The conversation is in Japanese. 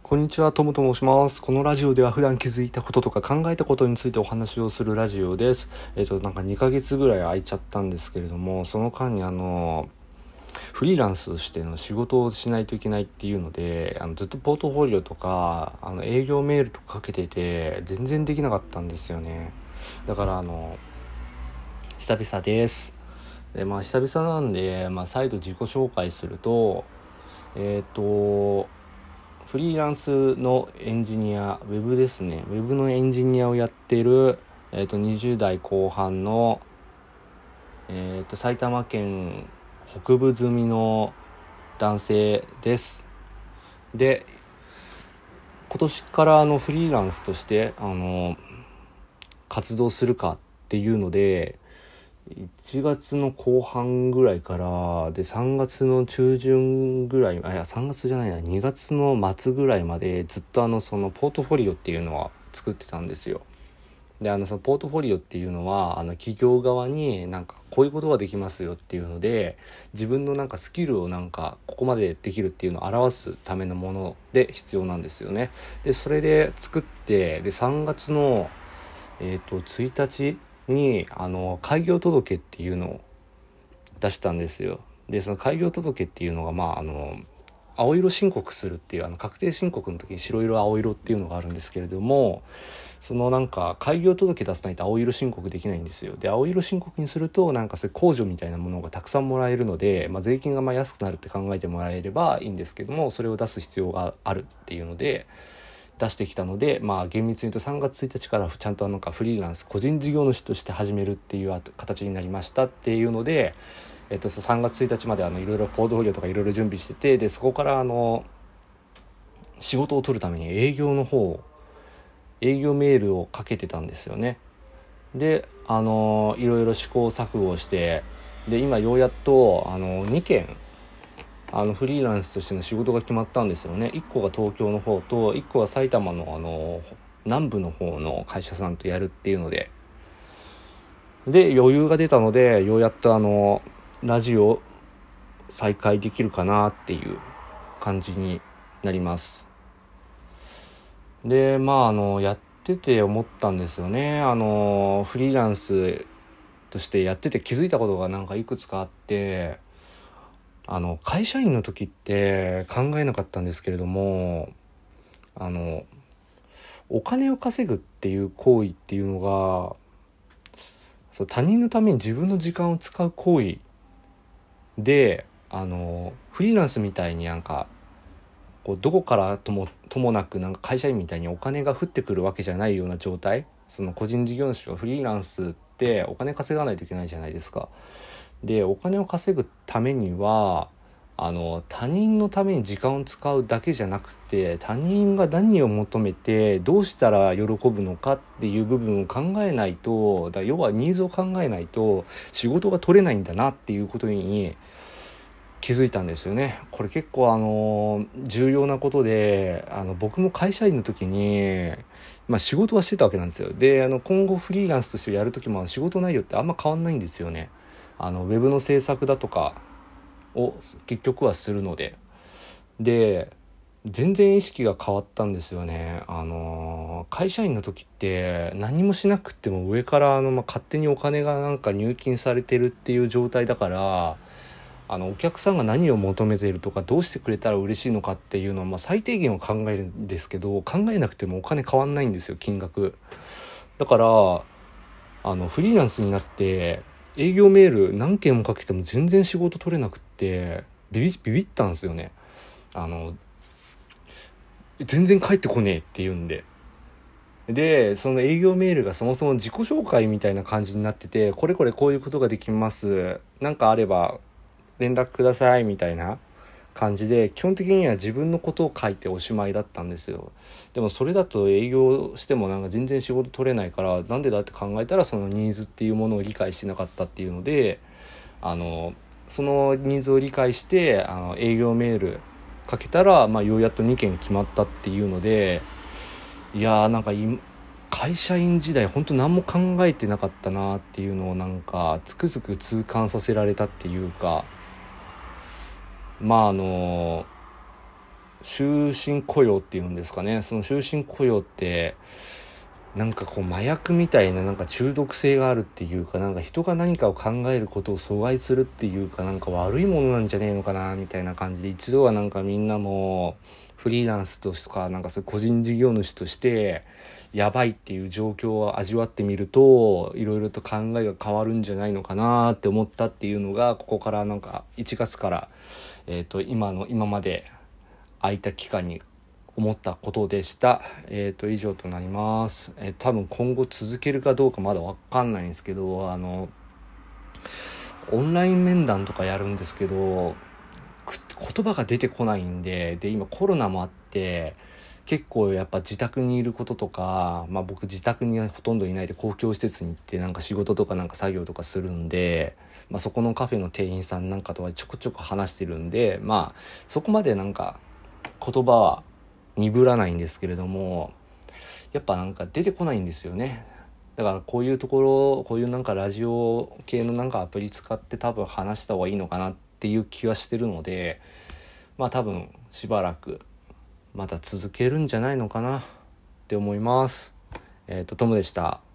こんにちは、トムと申します。このラジオでは普段気づいたこととか考えたことについてお話をするラジオです。なんか2ヶ月ぐらい空いちゃったんですけれども、その間にフリーランスとしての仕事をしないといけないっていうので、ずっとポートフォリオとか営業メールとかかけていて全然できなかったんですよね。だから久々です。で、久々なんで、再度自己紹介すると、フリーランスのエンジニア、ウェブですね。ウェブのエンジニアをやっている、20代後半の、埼玉県北部住みの男性です。で、今年からフリーランスとして活動するかっていうので、1月の後半ぐらいからで3月の中旬ぐらい、3月じゃないな、2月の末ぐらいまでずっとそのポートフォリオっていうのは作ってたんですよ。でそのポートフォリオっていうのは企業側になんかこういうことができますよっていうので、自分のなんかスキルをなんかここまでできるっていうのを表すためのもので必要なんですよね。でそれで作って、で3月の1日に開業届っていうのを出したんですよ。でその開業届っていうのが青色申告するっていう確定申告の時に白色青色っていうのがあるんですけれども、そのなんか開業届出さないと青色申告できないんですよ。で青色申告にするとなんかそういう控除みたいなものがたくさんもらえるので、税金が安くなるって考えてもらえればいいんですけども、それを出す必要があるっていうので出してきたので、厳密に言うと3月1日からちゃんとなんかフリーランス個人事業主として始めるっていう形になりましたっていうので、3月1日までいろいろポートフォリオとかいろいろ準備してて、でそこから仕事を取るために営業メールをかけてたんですよね。でいろいろ試行錯誤して、で今ようやっと2件フリーランスとしての仕事が決まったんですよね。1個が東京の方と1個が埼玉の南部の方の会社さんとやるっていうので、余裕が出たのでようやっとラジオ再開できるかなっていう感じになります。でやってて思ったんですよね。フリーランスとしてやってて気づいたことがなんかいくつかあって、会社員の時って考えなかったんですけれども、お金を稼ぐっていう行為っていうのが他人のために自分の時間を使う行為で、フリーランスみたいになんかこうどこからともなくなんか会社員みたいにお金が降ってくるわけじゃないような状態、その個人事業主とかフリーランスってお金稼がないといけないじゃないですか。でお金を稼ぐためには他人のために時間を使うだけじゃなくて、他人が何を求めてどうしたら喜ぶのかっていう部分を考えないと、要はニーズを考えないと仕事が取れないんだなっていうことに気づいたんですよね。これ結構重要なことで、僕も会社員の時に仕事はしてたわけなんですよ。で今後フリーランスとしてやる時も仕事内容ってあんま変わんないんですよね。ウェブの制作だとかを結局はするので、全然意識が変わったんですよね。会社員の時って何もしなくても上から勝手にお金がなんか入金されてるっていう状態だから、お客さんが何を求めているとかどうしてくれたら嬉しいのかっていうのは最低限を考えるんですけど、考えなくてもお金変わんないんですよ、金額。だからフリーランスになって営業メール何件もかけても全然仕事取れなくってビビったんですよね。全然返ってこねえって言うんで、その営業メールがそもそも自己紹介みたいな感じになってて、これこれこういうことができます、なんかあれば連絡くださいみたいな感じで、基本的には自分のことを書いておしまいだったんですよ。でもそれだと営業してもなんか全然仕事取れないから、なんでだって考えたらそのニーズっていうものを理解してなかったっていうので、そのニーズを理解して営業メールかけたら、ようやっと2件決まったっていうので、いやーなんか会社員時代本当何も考えてなかったなっていうのをなんかつくづく痛感させられたっていうか、 終身雇用っていうんですかね。その終身雇用ってなんかこう麻薬みたいななんか中毒性があるっていうか、なんか人が何かを考えることを阻害するっていうか、なんか悪いものなんじゃねえのかなみたいな感じで、一度はなんかみんなもフリーランスとかなんかそういう個人事業主としてやばいっていう状況を味わってみると、いろいろと考えが変わるんじゃないのかなって思ったっていうのが、ここからなんか1月から今まで空いた期間に思ったことでした。以上となります。多分今後続けるかどうかまだわかんないんですけど、オンライン面談とかやるんですけど、言葉が出てこないんで、今コロナもあって、結構やっぱ自宅にいることとか、僕自宅にはほとんどいないで公共施設に行ってなんか仕事とかなんか作業とかするんで、そこのカフェの店員さんなんかとはちょこちょこ話してるんで、そこまでなんか言葉は鈍らないんですけれども、やっぱなんか出てこないんですよね。だからこういうなんかラジオ系のなんかアプリ使って多分話した方がいいのかなっていう気はしてるので、多分しばらくまた続けるんじゃないのかなって思います。トムでした。